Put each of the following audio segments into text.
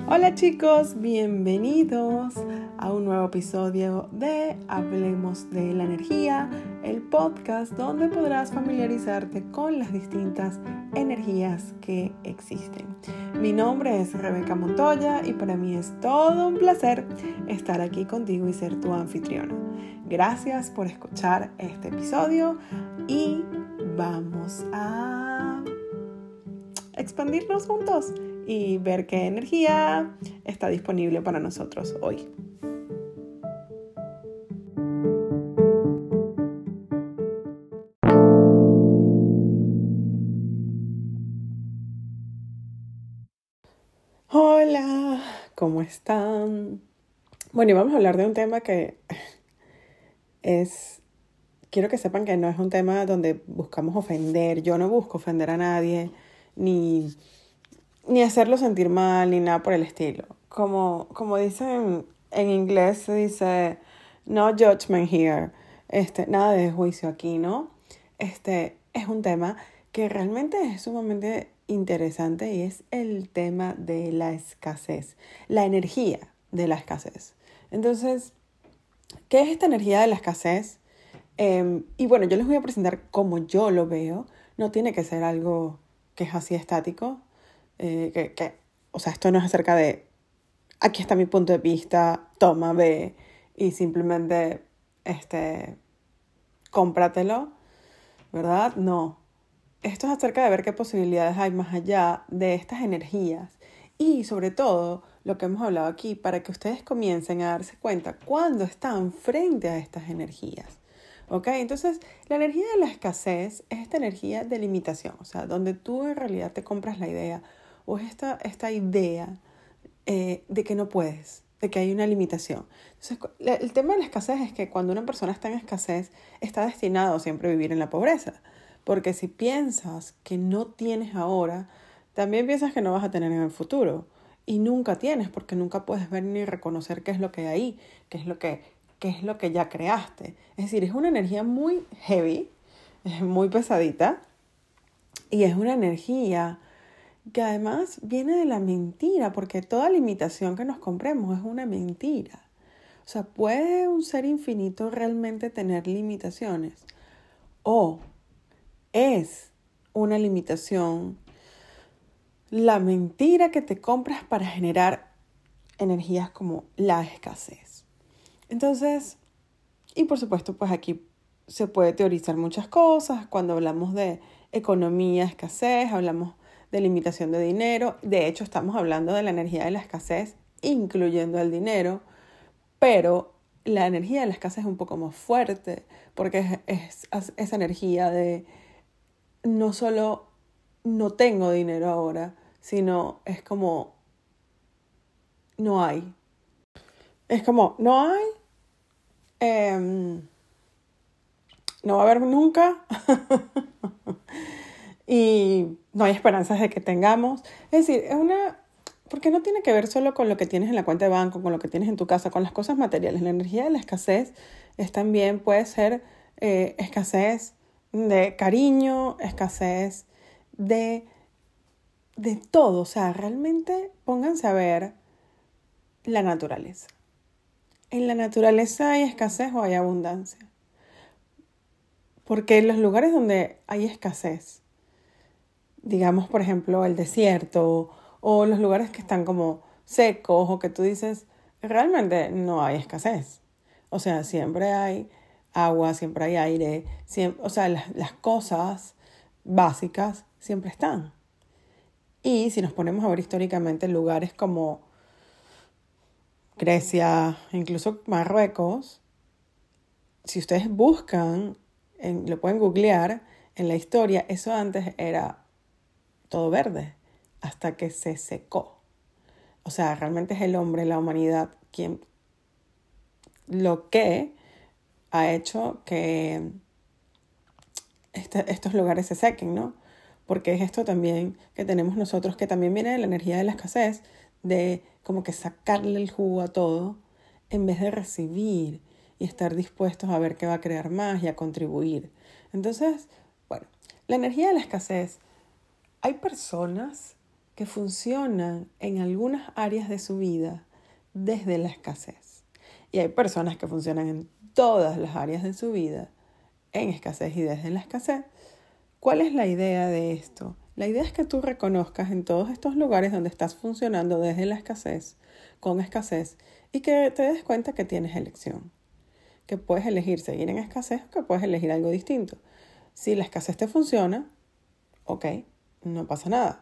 Hola chicos, bienvenidos a un nuevo episodio de Hablemos de la Energía, el podcast donde podrás familiarizarte con las distintas energías que existen. Mi nombre es Rebeca Montoya y para mí es todo un placer estar aquí contigo y ser tu anfitriona. Gracias por escuchar este episodio y vamos a expandirnos juntos y ver qué energía está disponible para nosotros hoy. Hola, ¿cómo están? Bueno, y vamos a hablar de un tema que quiero que sepan que no es un tema donde buscamos ofender. Yo no busco ofender a nadie, ni hacerlo sentir mal, ni nada por el estilo. Como dicen en inglés, se dice, no judgment here. Nada de juicio aquí, ¿no? Es un tema que realmente es sumamente interesante y es el tema de la escasez, la energía de la escasez. Entonces, ¿qué es esta energía de la escasez? Y bueno, yo les voy a presentar cómo yo lo veo. No tiene que ser algo que es así estático. O sea, esto no es acerca de, aquí está mi punto de vista, toma, ve, y simplemente, cómpratelo, ¿verdad? No. Esto es acerca de ver qué posibilidades hay más allá de estas energías. Y sobre todo, lo que hemos hablado aquí, para que ustedes comiencen a darse cuenta cuando están frente a estas energías. ¿Ok? Entonces, la energía de la escasez es esta energía de limitación. O sea, donde tú en realidad te compras la idea o es esta idea de que no puedes, de que hay una limitación. Entonces, el tema de la escasez es que cuando una persona está en escasez, está destinado siempre a vivir en la pobreza. Porque si piensas que no tienes ahora, también piensas que no vas a tener en el futuro. Y nunca tienes, porque nunca puedes ver ni reconocer qué es lo que hay ahí, qué es lo que ya creaste. Es decir, es una energía muy heavy, es muy pesadita, y es una energía que además viene de la mentira, porque toda limitación que nos compremos es una mentira. O sea, ¿puede un ser infinito realmente tener limitaciones? ¿O es una limitación la mentira que te compras para generar energías como la escasez? Entonces, y por supuesto, pues aquí se puede teorizar muchas cosas. Cuando hablamos de economía, escasez, hablamos de limitación de dinero. De hecho, estamos hablando de la energía de la escasez, incluyendo el dinero. Pero la energía de la escasez es un poco más fuerte, porque es esa energía de no solo no tengo dinero ahora, sino es como no hay. Es como no hay, no va a haber nunca. Y no hay esperanzas de que tengamos. Es decir, porque no tiene que ver solo con lo que tienes en la cuenta de banco, con lo que tienes en tu casa, con las cosas materiales. La energía de la escasez también puede ser escasez de cariño, escasez de todo. O sea, realmente pónganse a ver la naturaleza. ¿En la naturaleza hay escasez o hay abundancia? Porque en los lugares donde hay escasez, digamos, por ejemplo, el desierto o los lugares que están como secos o que tú dices, realmente no hay escasez. O sea, siempre hay agua, siempre hay aire, o sea, las cosas básicas siempre están. Y si nos ponemos a ver históricamente lugares como Grecia, incluso Marruecos, si ustedes buscan, lo pueden googlear, en la historia, eso antes era todo verde, hasta que se secó. O sea, realmente es el hombre, la humanidad, lo que ha hecho que estos lugares se sequen, ¿no? Porque es esto también que tenemos nosotros, que también viene de la energía de la escasez, de como que sacarle el jugo a todo, en vez de recibir y estar dispuestos a ver qué va a crear más y a contribuir. Entonces, bueno, la energía de la escasez, hay personas que funcionan en algunas áreas de su vida desde la escasez. Y hay personas que funcionan en todas las áreas de su vida en escasez y desde la escasez. ¿Cuál es la idea de esto? La idea es que tú reconozcas en todos estos lugares donde estás funcionando desde la escasez, con escasez, y que te des cuenta que tienes elección. Que puedes elegir seguir en escasez o que puedes elegir algo distinto. Si la escasez te funciona, ok, no pasa nada.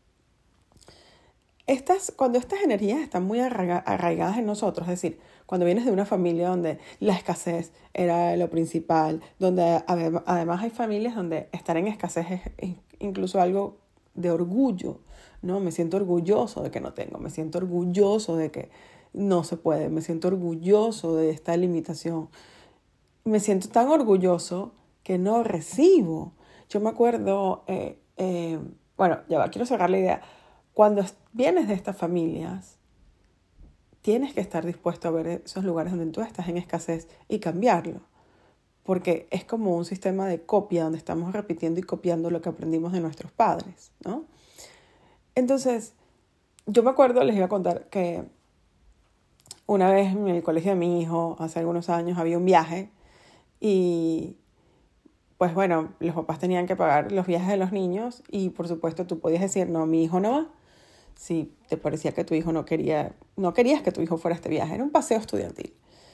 Cuando estas energías están muy arraigadas en nosotros, es decir, cuando vienes de una familia donde la escasez era lo principal, donde además hay familias donde estar en escasez es incluso algo de orgullo, ¿no? Me siento orgulloso de que no tengo, me siento orgulloso de que no se puede, me siento orgulloso de esta limitación, me siento tan orgulloso que no recibo. Yo me acuerdo, bueno, ya va, quiero cerrar la idea. Cuando vienes de estas familias, tienes que estar dispuesto a ver esos lugares donde tú estás en escasez y cambiarlo. Porque es como un sistema de copia donde estamos repitiendo y copiando lo que aprendimos de nuestros padres, ¿no? Entonces, yo me acuerdo, les iba a contar que una vez en el colegio de mi hijo, hace algunos años, había un viaje y pues bueno, los papás tenían que pagar los viajes de los niños y por supuesto tú podías decir, no, mi hijo no va. Si te parecía que tu hijo no querías que tu hijo fuera a este viaje, era un paseo estudiantil.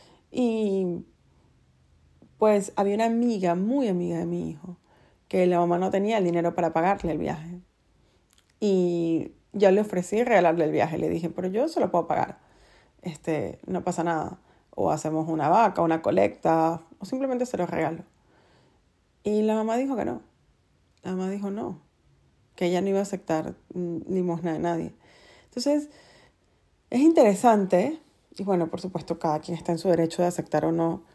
Y pues había una amiga, muy amiga de mi hijo, que la mamá no tenía el dinero para pagarle el viaje. Y yo le ofrecí regalarle el viaje, le dije, pero yo se lo puedo pagar, no pasa nada. O hacemos una vaca, una colecta, o simplemente se lo regalo. Y la mamá dijo que no. La mamá dijo no, que ella no iba a aceptar limosna de nadie. Entonces, es interesante, y bueno, por supuesto, cada quien está en su derecho de aceptar o no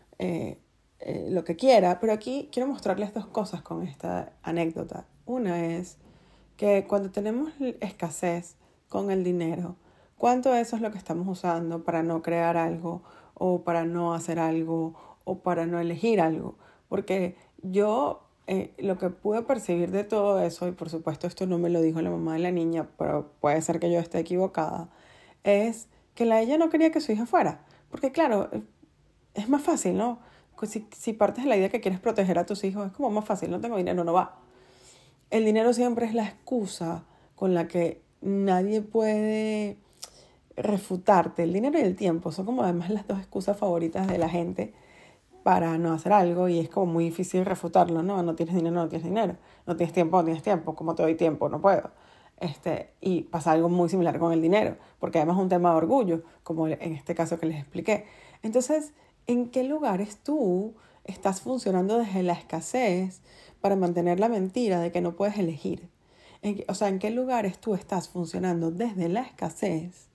lo que quiera, pero aquí quiero mostrarles dos cosas con esta anécdota. Una es que cuando tenemos escasez con el dinero, ¿cuánto de eso es lo que estamos usando para no crear algo, o para no hacer algo, o para no elegir algo? Porque yo lo que pude percibir de todo eso, y por supuesto esto no me lo dijo la mamá de la niña, pero puede ser que yo esté equivocada, es que ella no quería que su hija fuera. Porque claro, es más fácil, ¿no? Si partes de la idea que quieres proteger a tus hijos, es como más fácil, no tengo dinero, no va. El dinero siempre es la excusa con la que nadie puede refutarte. El dinero y el tiempo son como además las dos excusas favoritas de la gente para no hacer algo y es como muy difícil refutarlo, ¿no? No tienes dinero, no tienes dinero. No tienes tiempo, no tienes tiempo. ¿Cómo te doy tiempo? No puedo. Y pasa algo muy similar con el dinero, porque además es un tema de orgullo, como en este caso que les expliqué. Entonces, ¿en qué lugares tú estás funcionando desde la escasez para mantener la mentira de que no puedes elegir? ¿En qué lugares tú estás funcionando desde la escasez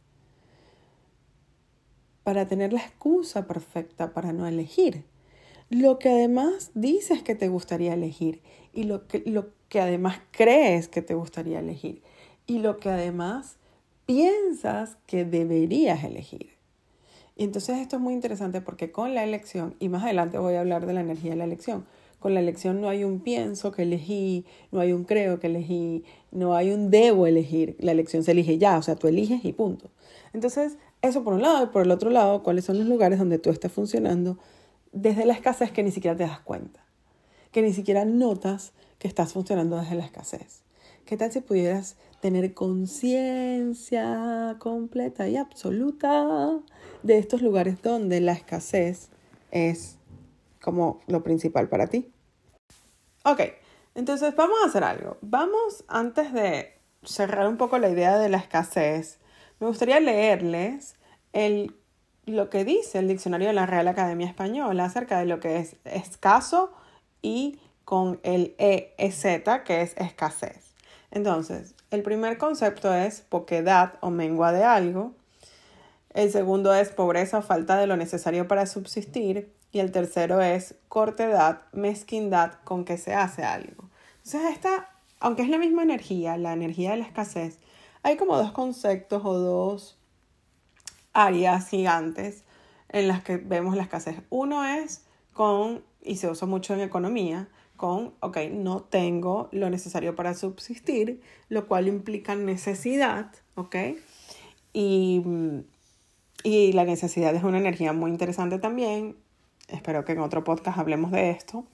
para tener la excusa perfecta para no elegir? Lo que además dices que te gustaría elegir y lo que además crees que te gustaría elegir y lo que además piensas que deberías elegir. Y entonces esto es muy interesante porque con la elección, y más adelante voy a hablar de la energía de la elección, con la elección no hay un pienso que elegí, no hay un creo que elegí, no hay un debo elegir, la elección se elige ya, o sea, tú eliges y punto. Entonces, eso por un lado, y por el otro lado, ¿cuáles son los lugares donde tú estás funcionando desde la escasez que ni siquiera te das cuenta? Que ni siquiera notas que estás funcionando desde la escasez. ¿Qué tal si pudieras tener conciencia completa y absoluta de estos lugares donde la escasez es como lo principal para ti? Ok, entonces vamos a hacer algo. Vamos, antes de cerrar un poco la idea de la escasez, me gustaría leerles lo que dice el diccionario de la Real Academia Española acerca de lo que es escaso y con el EZ, que es escasez. Entonces, el primer concepto es poquedad o mengua de algo. El segundo es pobreza o falta de lo necesario para subsistir. Y el tercero es cortedad, mezquindad con que se hace algo. Entonces aunque es la misma energía, la energía de la escasez, hay como dos conceptos o dos áreas gigantes en las que vemos la escasez. Uno es y se usa mucho en economía, con, ok, no tengo lo necesario para subsistir, lo cual implica necesidad, ok. Y la necesidad es una energía muy interesante también. Espero que en otro podcast hablemos de esto.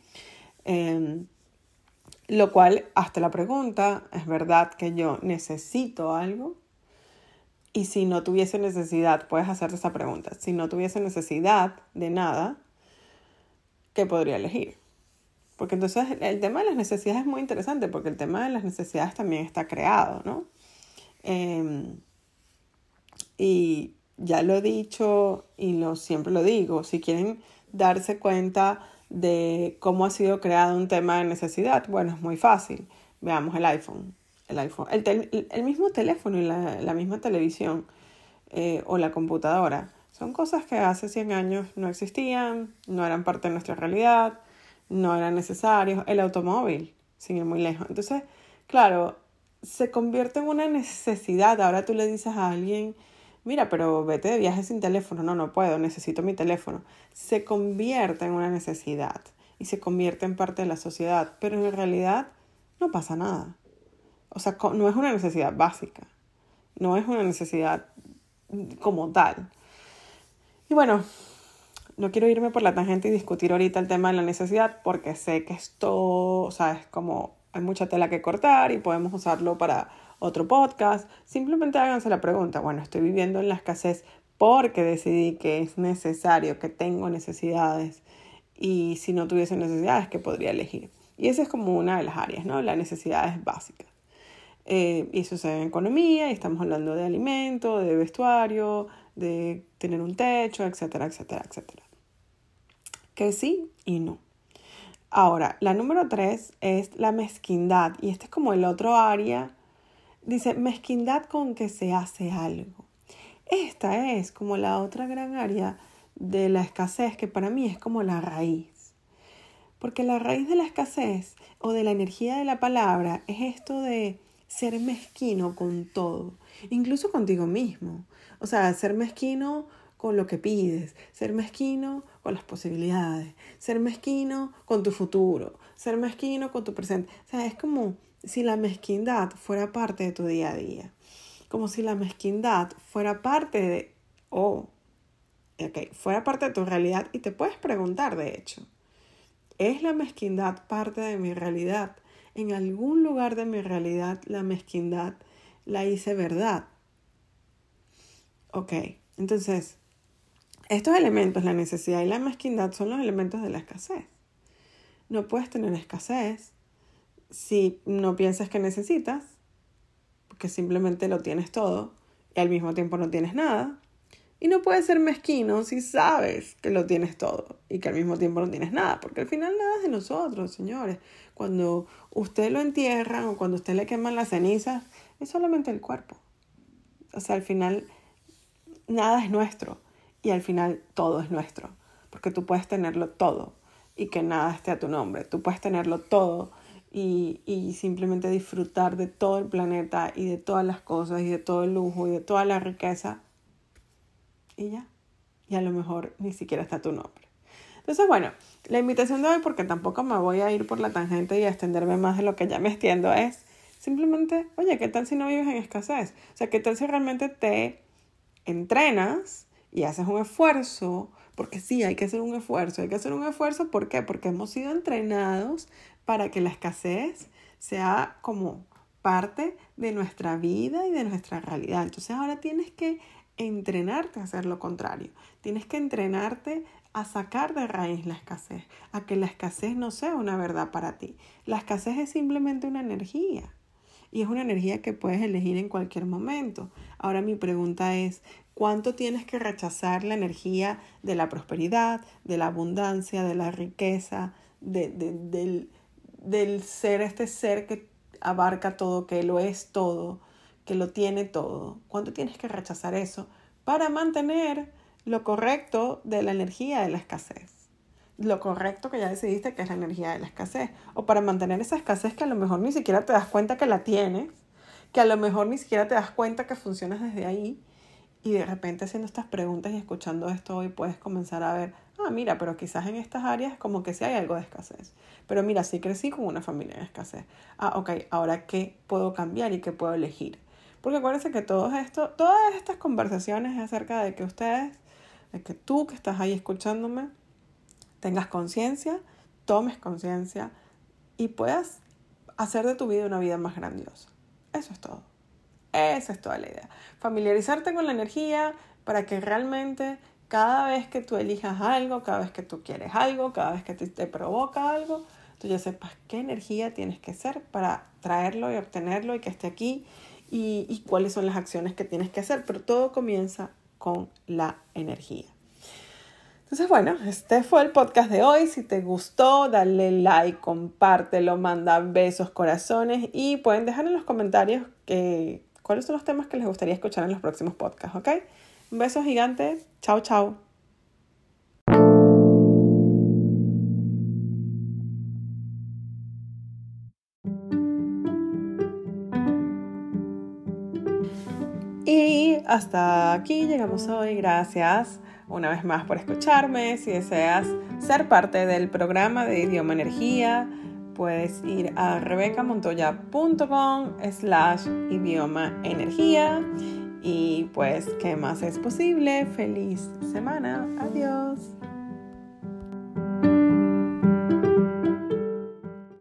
Lo cual, hasta la pregunta, ¿es verdad que yo necesito algo? Y si no tuviese necesidad, puedes hacerte esa pregunta. Si no tuviese necesidad de nada, ¿qué podría elegir? Porque entonces el tema de las necesidades es muy interesante, porque el tema de las necesidades también está creado, ¿no? Y ya lo he dicho y siempre lo digo, si quieren darse cuenta de cómo ha sido creado un tema de necesidad, bueno, es muy fácil. Veamos el iPhone, el mismo teléfono y la misma televisión o la computadora. Son cosas que hace 100 años no existían, no eran parte de nuestra realidad, no eran necesarios. El automóvil, sin ir muy lejos. Entonces, claro, se convierte en una necesidad. Ahora tú le dices a alguien, mira, pero vete de viaje sin teléfono. No puedo, necesito mi teléfono. Se convierte en una necesidad y se convierte en parte de la sociedad, pero en realidad no pasa nada. O sea, no es una necesidad básica, no es una necesidad como tal. Y bueno, no quiero irme por la tangente y discutir ahorita el tema de la necesidad porque sé que esto, o sea, es como hay mucha tela que cortar y podemos usarlo para otro podcast. Simplemente háganse la pregunta, bueno, estoy viviendo en la escasez porque decidí que es necesario, que tengo necesidades y si no tuviese necesidades, ¿qué podría elegir? Y esa es como una de las áreas, ¿no? Las necesidades básicas. Y sucede en economía y estamos hablando de alimento, de vestuario, de tener un techo, etcétera, etcétera, etcétera. Que sí y no. Ahora, la número 3 es la mezquindad. Y este es como el otro área. Dice, mezquindad con que se hace algo. Esta es como la otra gran área de la escasez, que para mí es como la raíz. Porque la raíz de la escasez o de la energía de la palabra es esto de ser mezquino con todo, incluso contigo mismo. O sea, ser mezquino con lo que pides, ser mezquino con las posibilidades, ser mezquino con tu futuro, ser mezquino con tu presente. O sea, es como si la mezquindad fuera parte de tu día a día, como si la mezquindad fuera parte de, fuera parte de tu realidad. Y te puedes preguntar, de hecho, ¿es la mezquindad parte de mi realidad? En algún lugar de mi realidad la mezquindad la hice verdad. Ok, entonces, estos elementos, la necesidad y la mezquindad, son los elementos de la escasez. No puedes tener escasez si no piensas que necesitas, porque simplemente lo tienes todo y al mismo tiempo no tienes nada. Y no puedes ser mezquino si sabes que lo tienes todo y que al mismo tiempo no tienes nada, porque al final nada es de nosotros, señores. Cuando usted lo entierran o cuando usted le queman las cenizas, es solamente el cuerpo. O sea, al final nada es nuestro y al final todo es nuestro, porque tú puedes tenerlo todo y que nada esté a tu nombre. Tú puedes tenerlo todo y simplemente disfrutar de todo el planeta y de todas las cosas y de todo el lujo y de toda la riqueza. Y ya. Y a lo mejor ni siquiera está tu nombre. Entonces, bueno, la invitación de hoy, porque tampoco me voy a ir por la tangente y a extenderme más de lo que ya me extiendo, es simplemente, oye, ¿qué tal si no vives en escasez? O sea, ¿qué tal si realmente te entrenas y haces un esfuerzo? Porque sí, hay que hacer un esfuerzo. Hay que hacer un esfuerzo, ¿por qué? Porque hemos sido entrenados para que la escasez sea como parte de nuestra vida y de nuestra realidad. Entonces ahora tienes que entrenarte a hacer lo contrario. Tienes que entrenarte a sacar de raíz la escasez, a que la escasez no sea una verdad para ti. La escasez es simplemente una energía y es una energía que puedes elegir en cualquier momento. Ahora mi pregunta es, ¿cuánto tienes que rechazar la energía de la prosperidad, de la abundancia, de la riqueza, del ser, este ser que abarca todo, que lo es todo, que lo tiene todo? ¿Cuánto tienes que rechazar eso para mantener lo correcto de la energía de la escasez? Lo correcto que ya decidiste que es la energía de la escasez. O para mantener esa escasez que a lo mejor ni siquiera te das cuenta que la tienes, que a lo mejor ni siquiera te das cuenta que funcionas desde ahí Y de repente haciendo estas preguntas y escuchando esto hoy puedes comenzar a ver, mira, pero quizás en estas áreas como que sí hay algo de escasez. Pero mira, sí crecí con una familia en escasez. Ok, ahora ¿qué puedo cambiar y qué puedo elegir? Porque acuérdense que todas estas conversaciones es acerca de que de que tú que estás ahí escuchándome, tengas conciencia, tomes conciencia y puedas hacer de tu vida una vida más grandiosa. Eso es todo. Esa es toda la idea. Familiarizarte con la energía para que realmente cada vez que tú elijas algo, cada vez que tú quieres algo, cada vez que te provoca algo, tú ya sepas qué energía tienes que hacer para traerlo y obtenerlo y que esté aquí y cuáles son las acciones que tienes que hacer. Pero todo comienza con la energía. Entonces, bueno, este fue el podcast de hoy. Si te gustó, dale like, compártelo, manda besos, corazones y pueden dejar en los comentarios cuáles son los temas que les gustaría escuchar en los próximos podcasts, ¿ok? Un beso gigante. Chao, chao. Y hasta aquí llegamos hoy. Gracias una vez más por escucharme. Si deseas ser parte del programa de Idioma Energía, puedes ir a rebecamontoya.com/idioma energía. Y pues, ¿qué más es posible? ¡Feliz semana! ¡Adiós!